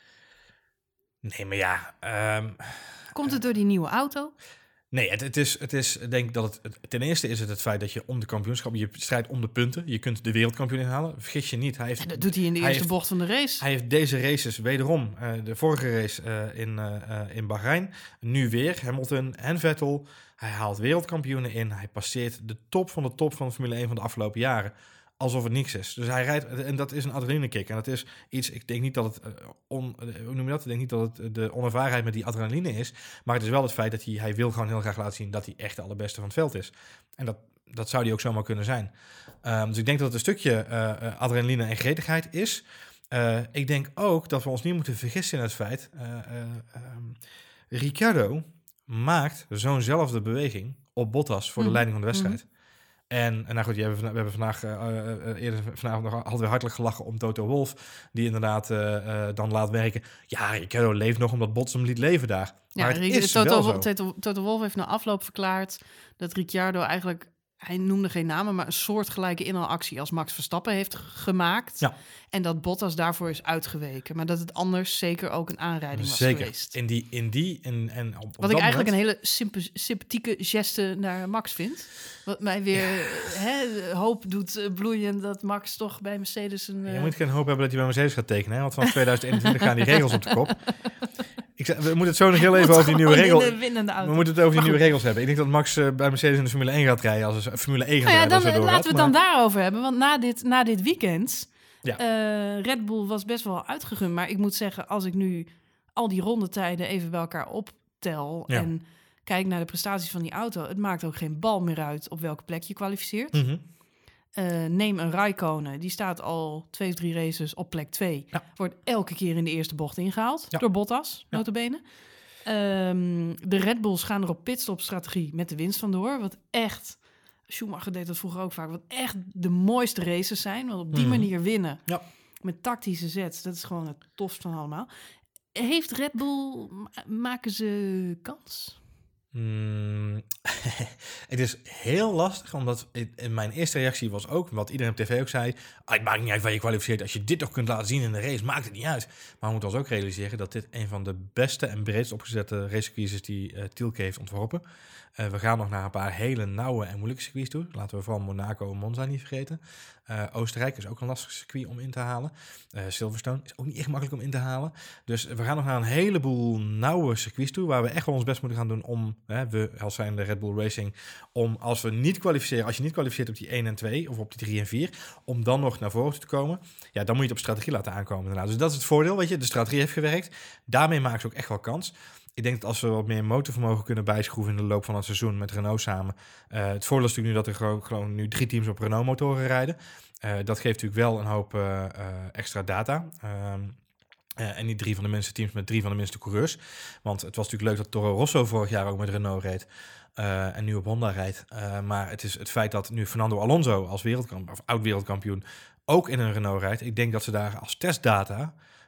C: Nee, maar ja... Um,
B: Komt het door die nieuwe auto?
C: Nee, het, het, is, het is, ik denk dat het, het... Ten eerste is het het feit dat je om de kampioenschap... Je strijdt om de punten. Je kunt de wereldkampioen inhalen. Vergis je niet. Hij heeft,
B: Ja, dat doet hij in de
C: hij
B: eerste
C: heeft-
B: bocht van de race.
C: Hij heeft deze races wederom, uh, de vorige race uh, in, uh, uh, in Bahrein, nu weer Hamilton en Vettel. Hij haalt wereldkampioenen in. Hij passeert de top van de top van de Formule één van de afgelopen jaren. Alsof het niks is. Dus hij rijdt, en dat is een adrenalinekick. En dat is iets, ik denk niet dat het, uh, on, uh, hoe noem je dat? Ik denk niet dat het de onervarenheid met die adrenaline is. Maar het is wel het feit dat hij, hij wil gewoon heel graag laten zien dat hij echt de allerbeste van het veld is. En dat, dat zou hij ook zomaar kunnen zijn. Um, dus ik denk dat het een stukje uh, adrenaline en gretigheid is. Uh, ik denk ook dat we ons niet moeten vergissen in het feit... Uh, uh, um, Ricciardo maakt zo'nzelfde beweging op Bottas voor de
B: Mhm.
C: leiding van de wedstrijd.
B: Mhm.
C: En, en nou goed, die hebben, we hebben vandaag, uh, uh, eerder vanavond nog altijd weer hartelijk gelachen om Toto Wolff, die inderdaad uh, uh, dan laat werken. Ja, Ricciardo leeft nog omdat Bottas hem liet leven daar.
B: Ja,
C: Maar het
B: Ric-
C: is
B: Toto,
C: wel zo.
B: Toto, Toto Wolff heeft na afloop verklaard dat Ricciardo eigenlijk, hij noemde geen namen, maar een soortgelijke inhaalactie als Max Verstappen heeft g- gemaakt.
C: Ja.
B: En dat Bottas daarvoor is uitgeweken. Maar dat het anders zeker ook een aanrijding was
C: Zeker.
B: geweest.
C: In die, in die, en, en op, op
B: Wat ik
C: dat
B: eigenlijk
C: moment,
B: een hele sympa- sympathieke geste naar Max vind. Wat mij weer hè, hoop doet eh, bloeien dat Max toch bij Mercedes een...
C: Je
B: eh,
C: moet geen hoop hebben dat hij bij Mercedes gaat tekenen, hè? Want van tweeduizend eenentwintig gaan die regels op de kop. Ik zei, we moeten het zo nog heel even
B: moet
C: over die nieuwe
B: gewoon in
C: regels...
B: de winnende auto.
C: We moeten het over die
B: Maar
C: nieuwe regels hebben. Ik denk dat Max uh, bij Mercedes in de Formule één gaat rijden, als een Formule één gaat
B: Nou ja,
C: rijden.
B: dan
C: als
B: eh,
C: hij
B: laten we
C: doorgaat,
B: het dan
C: maar-
B: daarover hebben. Want na dit, na dit weekend...
C: Ja.
B: eh, Red Bull was best wel uitgegund. Maar ik moet zeggen, als ik nu al die rondetijden even bij elkaar optel...
C: Ja.
B: en kijk naar de prestaties van die auto... het maakt ook geen bal meer uit op welke plek je kwalificeert.
C: Mhm.
B: Uh, neem een Raikkonen, die staat al twee of drie races op plek twee.
C: Ja.
B: Wordt elke keer in de eerste bocht ingehaald
C: Ja.
B: door Bottas,
C: Ja.
B: nota bene. Um, de Red Bulls gaan er op pitstop-strategie met de winst vandoor. Wat echt, Schumacher deed dat vroeger ook vaak, wat echt de mooiste races zijn. Want op die
C: Mhm.
B: manier winnen,
C: Ja.
B: met tactische zets, dat is gewoon het tofst van allemaal. Heeft Red Bull, ma- maken ze kans?
C: Mm, het is heel lastig, omdat het, in mijn eerste reactie was ook, wat iedereen op tv ook zei, ah, het maakt niet uit waar je kwalificeert. Als je dit toch kunt laten zien in de race, maakt het niet uit. Maar we moeten ons ook realiseren dat dit een van de beste en breedst opgezette racecircuits is die uh, Tielke heeft ontworpen. Uh, we gaan nog naar een paar hele nauwe en moeilijke circuits toe. Laten we vooral Monaco en Monza niet vergeten. Uh, Oostenrijk is ook een lastig circuit om in te halen. Uh, Silverstone is ook niet echt makkelijk om in te halen. Dus we gaan nog naar een heleboel nauwe circuits toe, waar we echt wel ons best moeten gaan doen om, hè, we als zijn de Red Bull Racing, om als we niet kwalificeren, als je niet kwalificeert op die één en twee of op die drie en vier, om dan nog naar voren te komen, ja, dan moet je het op strategie laten aankomen inderdaad. Dus dat is het voordeel, weet je, de strategie heeft gewerkt. Daarmee maken ze ook echt wel kans. Ik denk dat als we wat meer motorvermogen kunnen bijschroeven in de loop van het seizoen met Renault samen. Uh, het voordeel is natuurlijk nu dat er gewoon, gewoon nu drie teams op Renault motoren rijden. Uh, dat geeft natuurlijk wel een hoop uh, uh, extra data. Um, Uh, en niet drie van de minste teams met drie van de minste coureurs. Want het was natuurlijk leuk dat Toro Rosso vorig jaar ook met Renault reed. Uh, en nu op Honda rijdt. Uh, maar het is het feit dat nu Fernando Alonso als wereldkampioen, of oud-wereldkampioen ook in een Renault rijdt. Ik denk dat ze daar als testdata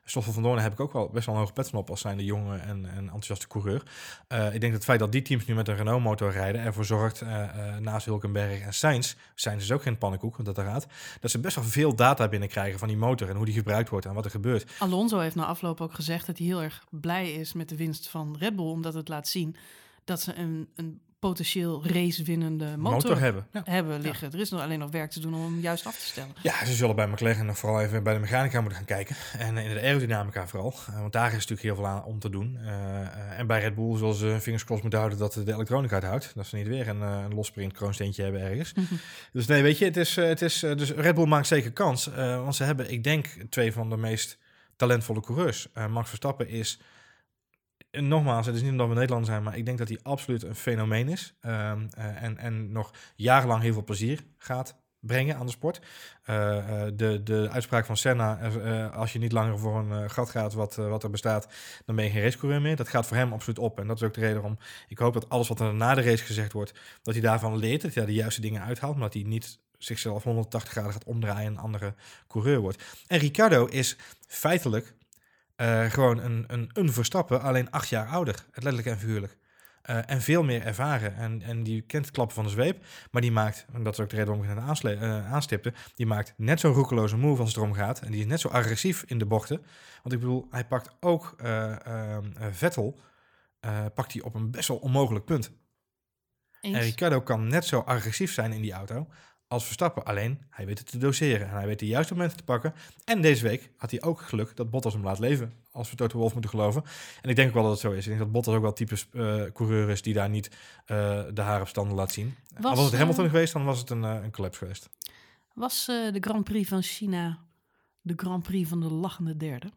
C: Stoffel van Doorn heb ik ook wel best wel een hoge pet van op als zijnde jonge en, en enthousiaste coureur. Uh, ik denk dat het feit dat die teams nu met een Renault-motor rijden ervoor zorgt, uh, uh, naast Hülkenberg en Sainz, Sainz is ook geen pannenkoek, dat er gaat, dat ze best wel veel data binnenkrijgen van die motor en hoe die gebruikt wordt en wat er gebeurt.
B: Alonso heeft na afloop ook gezegd dat hij heel erg blij is met de winst van Red Bull, omdat het laat zien dat ze een, een potentieel racewinnende motor,
C: motor hebben, ja.
B: hebben liggen. Ja. Er is nog alleen nog werk te doen om hem juist af te stellen.
C: Ja, ze zullen bij McLaren nog vooral even bij de mechanica moeten gaan kijken. En in de aerodynamica vooral. Uh, want daar is natuurlijk heel veel aan om te doen. Uh, uh, en bij Red Bull zullen ze vingers crossed moeten houden dat de elektronica het houdt. Dat ze niet weer een, uh, een losprint kroonsteentje hebben ergens. Mm-hmm. Dus nee, weet je, het is, uh, het is, uh, dus Red Bull maakt zeker kans. Uh, want ze hebben, ik denk, twee van de meest talentvolle coureurs. Uh, Max Verstappen is... En nogmaals, het is niet omdat we Nederland zijn, maar ik denk dat hij absoluut een fenomeen is. Um, uh, en, en nog jarenlang heel veel plezier gaat brengen aan de sport. Uh, uh, de, de uitspraak van Senna, uh, als je niet langer voor een uh, gat gaat wat, uh, wat er bestaat, dan ben je geen racecoureur meer. Dat gaat voor hem absoluut op. En dat is ook de reden waarom ik hoop dat alles wat er na de race gezegd wordt, dat hij daarvan leert, dat hij daar de juiste dingen uithaalt, maar dat hij niet zichzelf honderdtachtig graden gaat omdraaien en een andere coureur wordt. En Ricciardo is feitelijk Uh, gewoon een, een, een Verstappen, alleen acht jaar ouder. Letterlijk en figuurlijk. Uh, en veel meer ervaren. En, en die kent het klappen van de zweep. Maar die maakt, en dat is ook de reden waarom ik het aansle- uh, aanstipte, die maakt net zo'n roekeloze move als het erom gaat. En die is net zo agressief in de bochten. Want ik bedoel, hij pakt ook uh, uh, uh, Vettel, uh, pakt hij op een best wel onmogelijk punt. Eens. En Ricciardo kan net zo agressief zijn in die auto als Verstappen. Alleen, hij weet het te doseren. En hij weet de juiste momenten te pakken. En deze week had hij ook geluk dat Bottas hem laat leven. Als we Toto Wolff moeten geloven. En ik denk ook wel dat het zo is. Ik denk dat Bottas ook wel type uh, coureur is die daar niet uh, de haar op standen laat zien. Was, Al was het Hamilton uh, geweest, dan was het een, uh, een collapse geweest.
B: Was uh, de Grand Prix van China de Grand Prix van de lachende derde?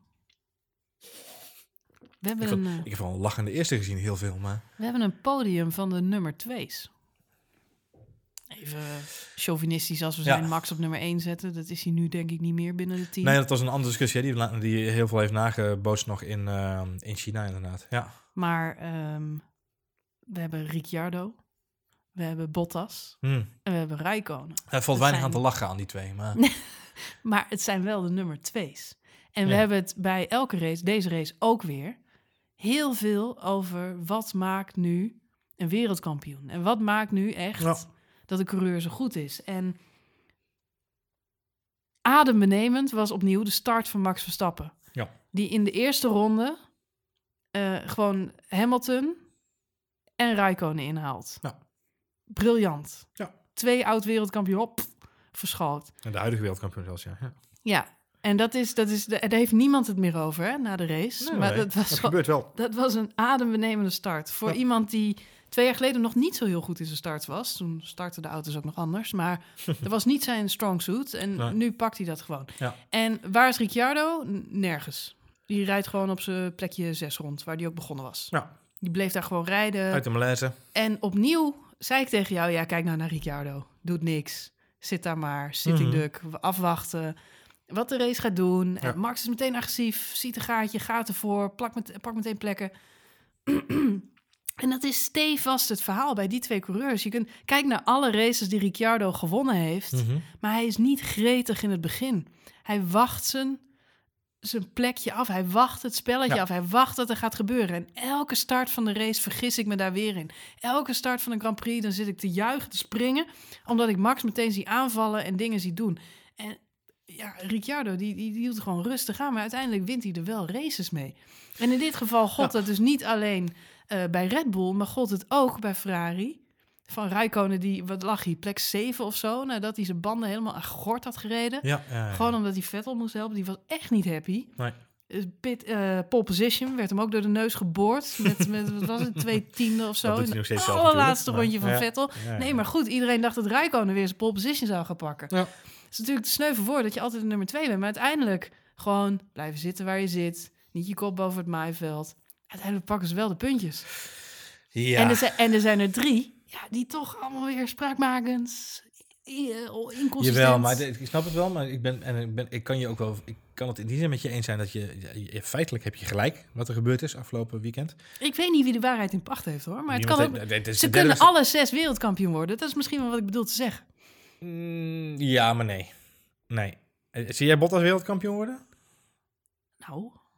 B: We hebben
C: ik,
B: een,
C: had,
B: uh,
C: ik heb wel een lachende eerste gezien, heel veel. Maar...
B: We hebben een podium van de nummer twee's. Even chauvinistisch als we zijn ja. Max op nummer één zetten. Dat is hij nu denk ik niet meer binnen de team.
C: Nee, dat was een andere discussie die, die heel veel heeft nagebootst nog in, uh, in China inderdaad. Ja.
B: Maar um, we hebben Ricciardo, we hebben Bottas hmm. en we hebben Räikkönen.
C: Er valt weinig zijn... aan te lachen aan die twee. Maar,
B: maar het zijn wel de nummer twee's. En we ja. hebben het bij elke race, deze race ook weer, heel veel over wat maakt nu een wereldkampioen. En wat maakt nu echt... Ja. dat de coureur zo goed is. En adembenemend was opnieuw de start van Max Verstappen.
C: Ja.
B: Die in de eerste ronde uh, gewoon Hamilton en Räikkönen inhaalt.
C: Ja.
B: Briljant.
C: Ja.
B: Twee oud-wereldkampioen op, verschalkt.
C: En de huidige wereldkampioen zelfs, ja. Ja,
B: ja. En dat is, dat is, daar heeft niemand het meer over, hè, na de race.
C: Nee,
B: maar
C: nee,
B: dat, was
C: dat
B: wel,
C: gebeurt wel.
B: Dat was een adembenemende start. Voor ja. iemand die twee jaar geleden nog niet zo heel goed in zijn start was. Toen startten de auto's ook nog anders. Maar dat was niet zijn strong suit. En nee. nu pakt hij dat gewoon.
C: Ja.
B: En waar is Ricciardo? Nergens. Die rijdt gewoon op zijn plekje zes rond, waar hij ook begonnen was.
C: Ja.
B: Die bleef daar gewoon rijden.
C: Uit de malaise.
B: En opnieuw zei ik tegen jou, ja, kijk nou naar Ricciardo. Doet niks. Zit daar maar. Sitting mm-hmm. duck. Afwachten. Wat de race gaat doen. Ja. En Max is meteen agressief. Ziet een gaatje, gaat ervoor. Plak met, pak meteen plekken. En dat is stevast het verhaal bij die twee coureurs. Je kunt kijken naar alle races die Ricciardo gewonnen heeft. Mm-hmm. Maar hij is niet gretig in het begin. Hij wacht zijn, zijn plekje af. Hij wacht het spelletje ja. af. Hij wacht dat er gaat gebeuren. En elke start van de race vergis ik me daar weer in. Elke start van een Grand Prix, dan zit ik te juichen, te springen. Omdat ik Max meteen zie aanvallen en dingen zie doen. En ja, Ricciardo, die, die, die hield gewoon rustig aan. Maar uiteindelijk wint hij er wel races mee. En in dit geval gold ja. dat dus niet alleen uh, bij Red Bull, maar gold het ook bij Ferrari. Van Räikkönen, die, wat lag hij, plek zeven of zo, nadat hij zijn banden helemaal aan gort had gereden.
C: Ja, ja, ja.
B: Gewoon omdat hij Vettel moest helpen. Die was echt niet happy.
C: Nee.
B: Pit, uh, pole position, werd hem ook door de neus geboord. Met, met wat was het, twee tiende of zo.
C: Dat doet hij nog steeds zelf.
B: Het allerlaatste rondje van
C: ja.
B: Vettel.
C: Ja, ja.
B: Nee, maar goed, iedereen dacht dat Räikkönen weer zijn pole position zou gaan pakken.
C: Ja.
B: Het is natuurlijk te sneu voor dat je altijd de nummer twee bent. Maar uiteindelijk gewoon blijven zitten waar je zit. Niet je kop boven het maaiveld. Uiteindelijk pakken ze wel de puntjes.
C: Ja.
B: En, er zijn, en er zijn er drie ja, die toch allemaal weer spraakmakend, inconsistent.
C: Jawel, maar de, ik snap het wel. Maar ik, ben, en ik, ben, ik kan je ook wel... Ik kan het in die zin met je eens zijn dat je, je, je... Feitelijk heb je gelijk wat er gebeurd is afgelopen weekend.
B: Ik weet niet wie de waarheid in pacht heeft, hoor. Maar het
C: Niemand
B: kan ook,
C: heeft, het
B: ze kunnen derde... alle zes wereldkampioen worden. Dat is misschien wel wat ik bedoel te zeggen.
C: Mm, ja, maar nee. Nee. Zie jij Bottas wereldkampioen worden?
B: Nou,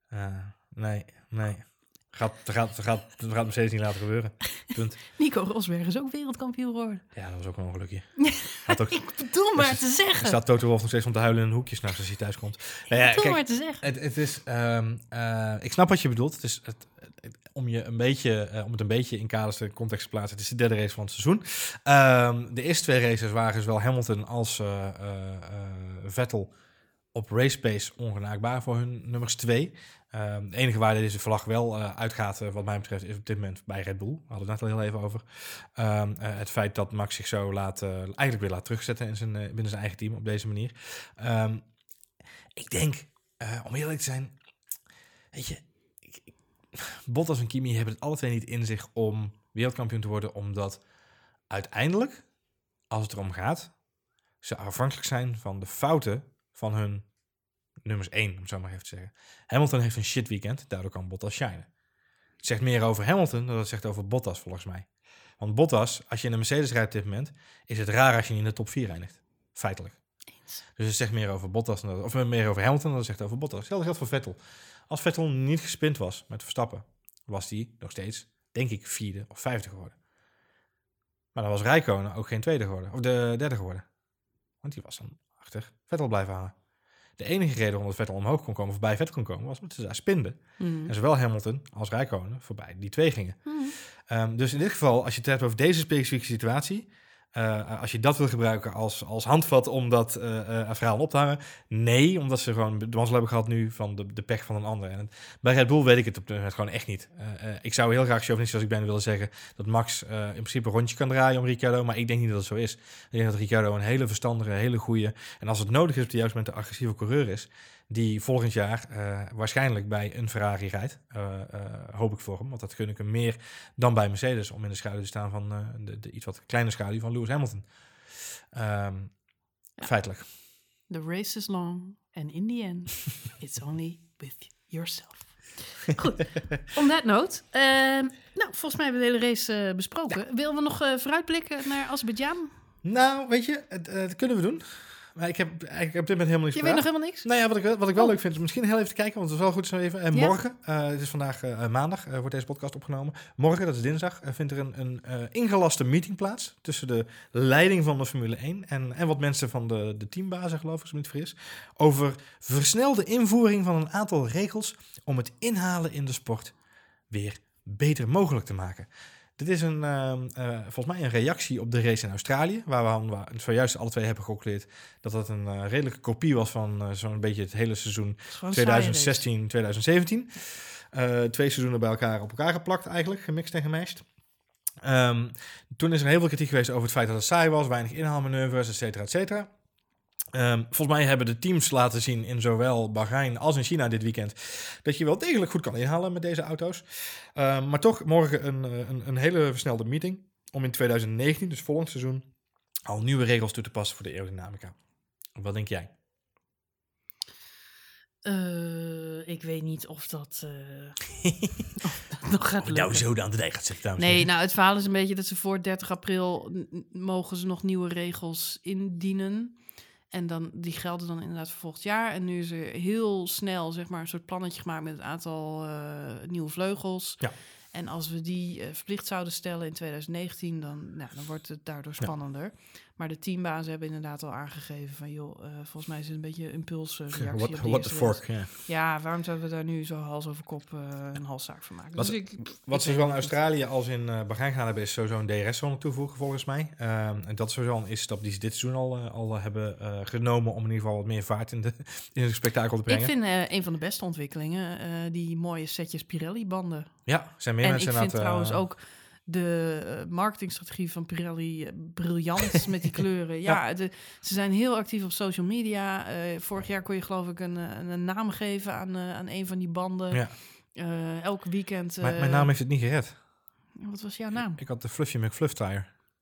C: Uh, nee, nee. Gaat, dat, gaat, dat, gaat, dat gaat Mercedes niet laten gebeuren. Punt.
B: Nico Rosberg is ook wereldkampioen geworden.
C: Ja, dat was ook een ongelukje. Ook,
B: ik bedoel maar te zeggen.
C: Er staat Toto Wolff nog steeds om te huilen in een hoekje s'nachts als hij thuis komt. Nou ja,
B: ik bedoel
C: kijk,
B: maar te zeggen.
C: Het, het is, um, uh, ik snap wat je bedoelt. Het is het, het, om, je een beetje, uh, om het een beetje in kaders de context te plaatsen. Het is de derde race van het seizoen. Um, de eerste twee races waren zowel Hamilton als uh, uh, uh, Vettel op race pace ongenaakbaar voor hun nummers twee. Um, de enige waar deze vlag wel uh, uitgaat, uh, wat mij betreft, is op dit moment bij Red Bull. We hadden het net al heel even over. Um, uh, het feit dat Max zich zo laat, uh, eigenlijk weer laat terugzetten in zijn, uh, binnen zijn eigen team op deze manier. Um, ik denk, uh, om eerlijk te zijn, weet je, ik, ik, Bottas en Kimi hebben het alle twee niet in zich om wereldkampioen te worden, omdat uiteindelijk, als het erom gaat, ze afhankelijk zijn van de fouten van hun nummers één, om het zo maar even te zeggen. Hamilton heeft een shit weekend, daardoor kan Bottas shinen. Het zegt meer over Hamilton dan het zegt over Bottas, volgens mij. Want Bottas, als je in een Mercedes rijdt op dit moment, is het raar als je niet in de top vier eindigt. Feitelijk. Eens. Dus het zegt meer over Bottas, dan, of meer over Hamilton dan het zegt over Bottas. Hetzelfde geldt voor Vettel. Als Vettel niet gespind was met Verstappen, was hij nog steeds, denk ik, vierde of vijfde geworden. Maar dan was Räikkönen ook geen tweede geworden, of de derde geworden. Want die was dan achter Vettel blijven hangen. De enige reden waarom Vettel omhoog kon komen, voorbij Vettel kon komen, was omdat ze daar spinden. Mm. En zowel Hamilton als Räikkönen voorbij die twee gingen. Mm. Um, dus in dit geval, als je het hebt over deze specifieke situatie, uh, als je dat wil gebruiken als, als handvat om dat uh, uh, verhaal op te hangen, nee, omdat ze gewoon de mazzel hebben gehad nu van de, de pech van een ander. En het, bij Red Bull weet ik het op dit moment gewoon echt niet. Uh, uh, ik zou heel graag chauvinistisch als ik ben willen zeggen dat Max uh, in principe een rondje kan draaien om Ricciardo, maar ik denk niet dat het zo is. Ik denk dat Ricciardo een hele verstandige, hele goede, en als het nodig is op de juiste moment een agressieve coureur is, die volgend jaar uh, waarschijnlijk bij een Ferrari rijdt. Uh, uh, hoop ik voor hem, want dat gun ik hem meer dan bij Mercedes om in de schaduw te staan van uh, de, de iets wat kleine schaduw van Lewis Hamilton. Um, ja. Feitelijk.
B: The race is long and in the end it's only with yourself. Goed, on that note. Uh, nou, volgens mij hebben we de hele race uh, besproken. Ja. Willen we nog uh, vooruitblikken naar Azerbeidzjan?
C: Nou, weet je, het, uh, dat kunnen we doen. Maar ik heb eigenlijk op dit moment helemaal niks
B: Je weet nog helemaal niks?
C: Nou ja, wat ik, wat ik wel oh. leuk vind, is misschien heel even te kijken, want het is wel goed zo even. En ja. morgen, uh, het is vandaag uh, maandag, uh, wordt deze podcast opgenomen. Morgen, dat is dinsdag, uh, vindt er een, een uh, ingelaste meeting plaats tussen de leiding van de Formule één en, en wat mensen van de, de teambazen, geloof ik, als ik me niet vergis, over versnelde invoering van een aantal regels om het inhalen in de sport weer beter mogelijk te maken. Dit is een, uh, uh, volgens mij een reactie op de race in Australië, waar we, waar we zojuist alle twee hebben geconcludeerd dat dat een uh, redelijke kopie was van uh, zo'n beetje het hele seizoen twintig zestien twintig zeventien. Uh, twee seizoenen bij elkaar op elkaar geplakt eigenlijk, gemixt en gemashed. Um, toen is er heel veel kritiek geweest over het feit dat het saai was, weinig inhaalmanoeuvres, et cetera, et cetera. Um, volgens mij hebben de teams laten zien in zowel Bahrein als in China dit weekend dat je wel degelijk goed kan inhalen met deze auto's. Um, maar toch morgen een, een, een hele versnelde meeting om in twintig negentien, dus volgend seizoen, al nieuwe regels toe te passen voor de aerodynamica. Wat denk jij?
B: Uh, ik weet niet of dat, uh, of dat nog gaat lukken.
C: Nou zo aan de dijk gaat zitten.
B: Nee, nou het verhaal is een beetje dat ze voor dertig april n- mogen ze nog nieuwe regels indienen. En dan, die gelden dan inderdaad voor volgend jaar. En nu is er heel snel, zeg maar, een soort plannetje gemaakt met een aantal uh, nieuwe vleugels. Ja. En als we die uh, verplicht zouden stellen in twintig negentien, dan, nou, dan wordt het daardoor spannender. Ja. Maar de teambazen hebben inderdaad al aangegeven van, joh, uh, volgens mij is het een beetje impulsreactie.
C: Ja, what, what the fork, ja.
B: Ja, waarom zouden we daar nu zo hals over kop uh, een halszaak van maken?
C: Wat,
B: dus ik,
C: wat
B: ik
C: ze zowel in Australië als in uh, Bahrein gaan hebben, is sowieso een D R S-zone toevoegen, volgens mij. Uh, en dat is sowieso een eerste stap die ze dit seizoen al, uh, al uh, hebben uh, genomen om in ieder geval wat meer vaart in, de, in het spektakel te brengen.
B: Ik vind uh, een van de beste ontwikkelingen uh, die mooie setjes Pirelli-banden.
C: Ja, zijn meer
B: en
C: mensen
B: ik vind
C: uh,
B: trouwens ook de uh, marketingstrategie van Pirelli uh, briljant met die kleuren. Ja, ja. De, ze zijn heel actief op social media. Uh, vorig jaar kon je geloof ik een, een, een naam geven aan, uh, aan een van die banden. Ja. Uh, elk weekend... Uh,
C: mijn, mijn naam heeft het niet gered.
B: Wat was jouw naam?
C: Ik, ik had de Fluffy McFluff tire.
B: Nou,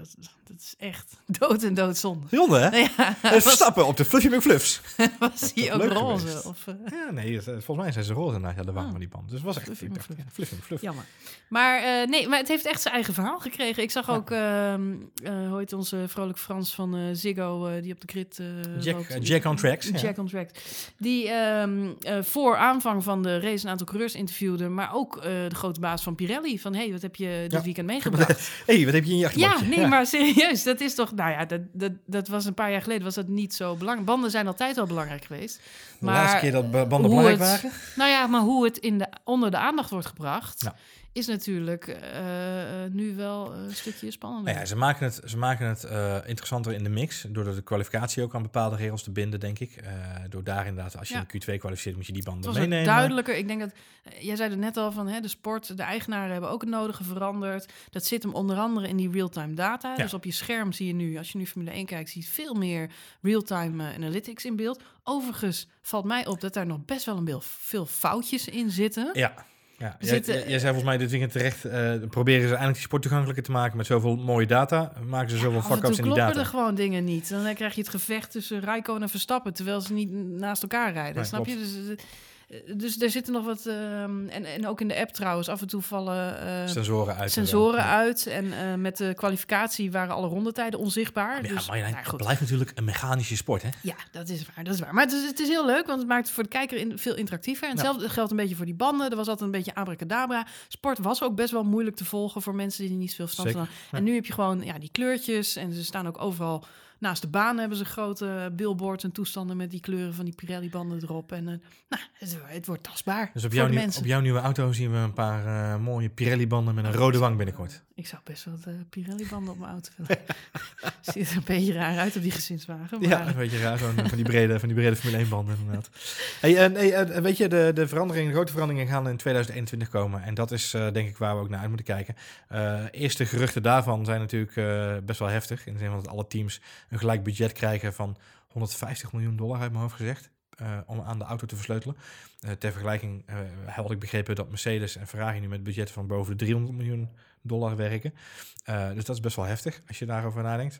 B: dat, dat is echt dood en doodzonde.
C: Zonde, hè?
B: Ja,
C: En
B: was,
C: Verstappen op de Fluffy McFluffs.
B: was hij
C: toch
B: ook
C: leuk
B: roze?
C: geweest?
B: Of, uh,
C: Ja, nee, het- volgens mij zijn ze roze na ja, de wang
B: Oh.
C: van die band. Dus het was echt
B: Fluffy
C: ik dacht,
B: McFluff.
C: ja, Fluffy McFluff.
B: Jammer. Maar uh, nee, maar het heeft echt zijn eigen verhaal gekregen. Ik zag
C: Ja.
B: ook, uh, uh, hoe heet onze vrolijk Frans van uh, Ziggo, uh, die op de grid uh,
C: Jack,
B: loopt.
C: uh, Jack on Tracks. Ja.
B: Jack on Tracks. Die um, uh, voor aanvang van de race een aantal coureurs interviewde, maar ook uh, de grote baas van Pirelli. Van, hey, wat heb je dit
C: Ja.
B: weekend meegebracht?
C: Hé, hey, wat heb je in je
B: Ja,
C: achterbakje?
B: nee, maar serieus, dat is toch... Nou ja, dat, dat, dat was een paar jaar geleden, was dat niet zo belangrijk. Banden zijn altijd al belangrijk geweest.
C: De
B: Maar
C: laatste keer dat ba- banden
B: hoe
C: belangrijk
B: het-
C: waren.
B: Nou ja, maar hoe het in de, onder de aandacht wordt gebracht,
C: Ja.
B: is natuurlijk uh, uh, nu wel een stukje spannender.
C: Nou ja, ze maken het, ze maken het uh, interessanter in de mix. Door de kwalificatie ook aan bepaalde regels te binden, denk ik. Uh, door daar inderdaad, als je
B: Ja.
C: in Q twee kwalificeert, moet je die
B: Het
C: banden
B: was ook
C: meenemen.
B: duidelijker. Ik denk dat, uh, jij zei het net al van hè, de sport, de eigenaren hebben ook het nodige veranderd. Dat zit hem onder andere in die real-time data.
C: Ja.
B: Dus op je scherm zie je nu, als je nu Formule één kijkt, zie je veel meer real-time uh, analytics in beeld. Overigens valt mij op dat daar nog best wel een beeld, veel foutjes in zitten.
C: Ja. Ja, jij,
B: Zitten-
C: jij, jij zei volgens mij dit weekend terecht, uh, proberen ze eindelijk die sport toegankelijker te maken met zoveel mooie data. Maken ze zoveel
B: Af en toe
C: fuck-ups in die
B: kloppen
C: data.
B: er gewoon dingen niet. Dan krijg je het gevecht tussen Räikkönen en Verstappen, terwijl ze niet naast elkaar rijden.
C: Nee,
B: snap je?
C: klopt.
B: Dus, eh, dus er zitten nog wat... ehm, en, en ook in de app trouwens, af en toe vallen uh,
C: Sensoren uit. en zo.
B: sensoren
C: Ja.
B: uit. En uh, met de kwalificatie waren alle rondetijden onzichtbaar.
C: Ja,
B: dus,
C: maar Marjolein,
B: nou,
C: het
B: goed.
C: blijft natuurlijk een mechanische sport, hè?
B: Ja, dat is waar, dat is waar. Maar het is, het is heel leuk, want het maakt het voor de kijker in, veel interactiever. En
C: Ja.
B: hetzelfde geldt een beetje voor die banden. Er was altijd een beetje abracadabra. Sport was ook best wel moeilijk te volgen voor mensen die er niet veel verstand van
C: Zeker,
B: hadden. En nu heb je gewoon ja, die kleurtjes. En ze staan ook overal... Naast de baan hebben ze grote billboards en toestanden met die kleuren van die Pirelli-banden erop. En uh, nou, het, het wordt tastbaar
C: Dus op
B: voor
C: jouw,
B: de
C: nieuw,
B: mensen.
C: op jouw nieuwe auto zien we een paar uh, mooie Pirelli-banden met een rode wang binnenkort.
B: Ik zou best wel de Pirelli-banden op mijn auto willen. Ziet er een beetje raar uit op die gezinswagen. Maar...
C: Ja, een beetje raar, zo'n, van die brede, van die brede Formule één banden inderdaad. Hey, en, hey, en weet je, de, de veranderingen, de grote veranderingen gaan in tweeduizend eenentwintig komen. En dat is uh, denk ik waar we ook naar uit moeten kijken. Uh, eerste geruchten daarvan zijn natuurlijk uh, best wel heftig. In de zin van dat alle teams een gelijk budget krijgen van honderdvijftig miljoen dollar uit mijn hoofd gezegd. Uh, om aan de auto te versleutelen. Uh, ter vergelijking uh, had ik begrepen dat Mercedes en Ferrari nu met budgetten van boven de driehonderd miljoen dollar werken. Uh, dus dat is best wel heftig als je daarover nadenkt.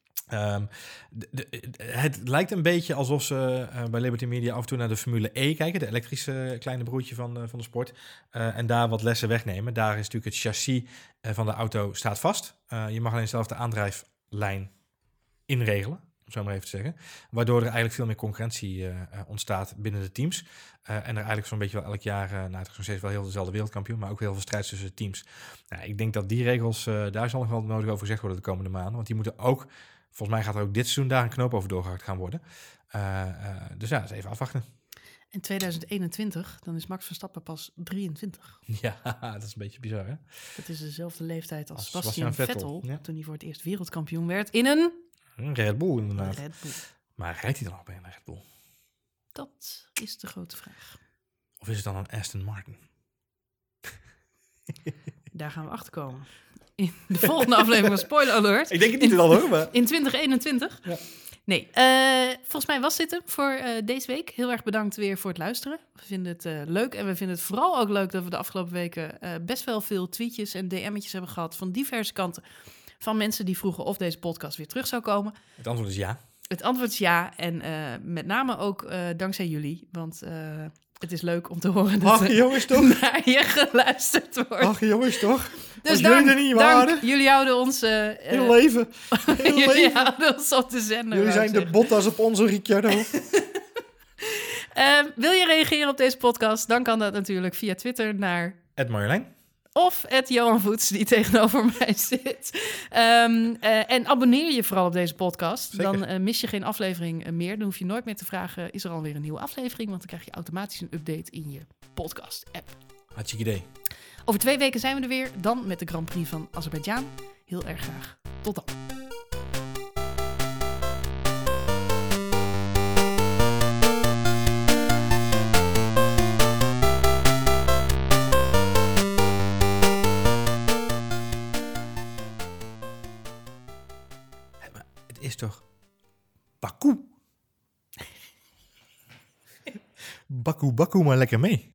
C: Um, de, de, het lijkt een beetje alsof ze uh, bij Liberty Media af en toe naar de Formule E kijken, de elektrische kleine broertje van, uh, van de sport, uh, en daar wat lessen wegnemen. Daar is natuurlijk het chassis uh, van de auto staat vast. Uh, je mag alleen zelf de aandrijflijn inregelen, om zo maar even te zeggen. Waardoor er eigenlijk veel meer concurrentie uh, uh, ontstaat binnen de teams. Uh, en er eigenlijk zo'n beetje wel elk jaar, uh, nou het is nog steeds wel heel dezelfde wereldkampioen, maar ook heel veel strijd tussen de teams. Nou, ik denk dat die regels, uh, daar zal nog wel nodig over gezegd worden de komende maanden, want die moeten ook... Volgens mij gaat er ook dit seizoen daar een knoop over doorgehakt gaan worden. Uh, uh, dus ja, dat is even afwachten.
B: In tweeduizend eenentwintig, dan is Max Verstappen pas drieëntwintig.
C: Ja, dat is een beetje bizar, hè?
B: Dat is dezelfde leeftijd als,
C: Als
B: Sebastian
C: Sebastian
B: Vettel,
C: Vettel, ja.
B: toen hij voor het eerst wereldkampioen werd in een
C: Een Red Bull inderdaad.
B: Red Bull.
C: Maar rijdt hij dan nog bij een Red Bull?
B: Dat is de grote vraag.
C: Of is het dan een Aston Martin?
B: Daar gaan we achter komen. In de volgende aflevering van Spoiler Alert.
C: Ik denk het niet in, al hoor, maar...
B: In twintig eenentwintig.
C: Ja.
B: Nee, uh, volgens mij was dit hem voor uh, deze week. Heel erg bedankt weer voor het luisteren. We vinden het uh, leuk en we vinden het vooral ook leuk dat we de afgelopen weken uh, best wel veel tweetjes en D M'tjes hebben gehad van diverse kanten. Van mensen die vroegen of deze podcast weer terug zou komen.
C: Het antwoord is ja.
B: Het antwoord is ja en uh, met name ook uh, dankzij jullie. Want uh, het is leuk om te horen dat
C: Ach jongens toch?
B: naar je geluisterd wordt.
C: Ach jongens toch?
B: Dus
C: Als
B: dank,
C: jullie er niet
B: dank.
C: waren,
B: Jullie houden ons... Uh,
C: heel
B: uh,
C: leven. Heel
B: jullie
C: leven.
B: houden ons op de zender.
C: Jullie
B: wou
C: zijn
B: ik
C: de
B: zeggen.
C: Bottas op onze Ricciardo.
B: Uh, wil je reageren op deze podcast? Dan kan dat natuurlijk via Twitter naar...
C: Ed Marjolein.
B: Of at Johan Voets, die tegenover mij zit. Um, uh, en abonneer je vooral op deze podcast.
C: Zeker.
B: Dan uh, mis je geen aflevering uh, meer. Dan hoef je nooit meer te vragen, is er alweer een nieuwe aflevering? Want dan krijg je automatisch een update in je podcast-app.
C: Hartstikke idee.
B: Over twee weken zijn we er weer. Dan met de Grand Prix van Azerbeidzjan. Heel erg graag. Tot dan.
C: Is toch Baku? Baku, Baku maar lekker mee.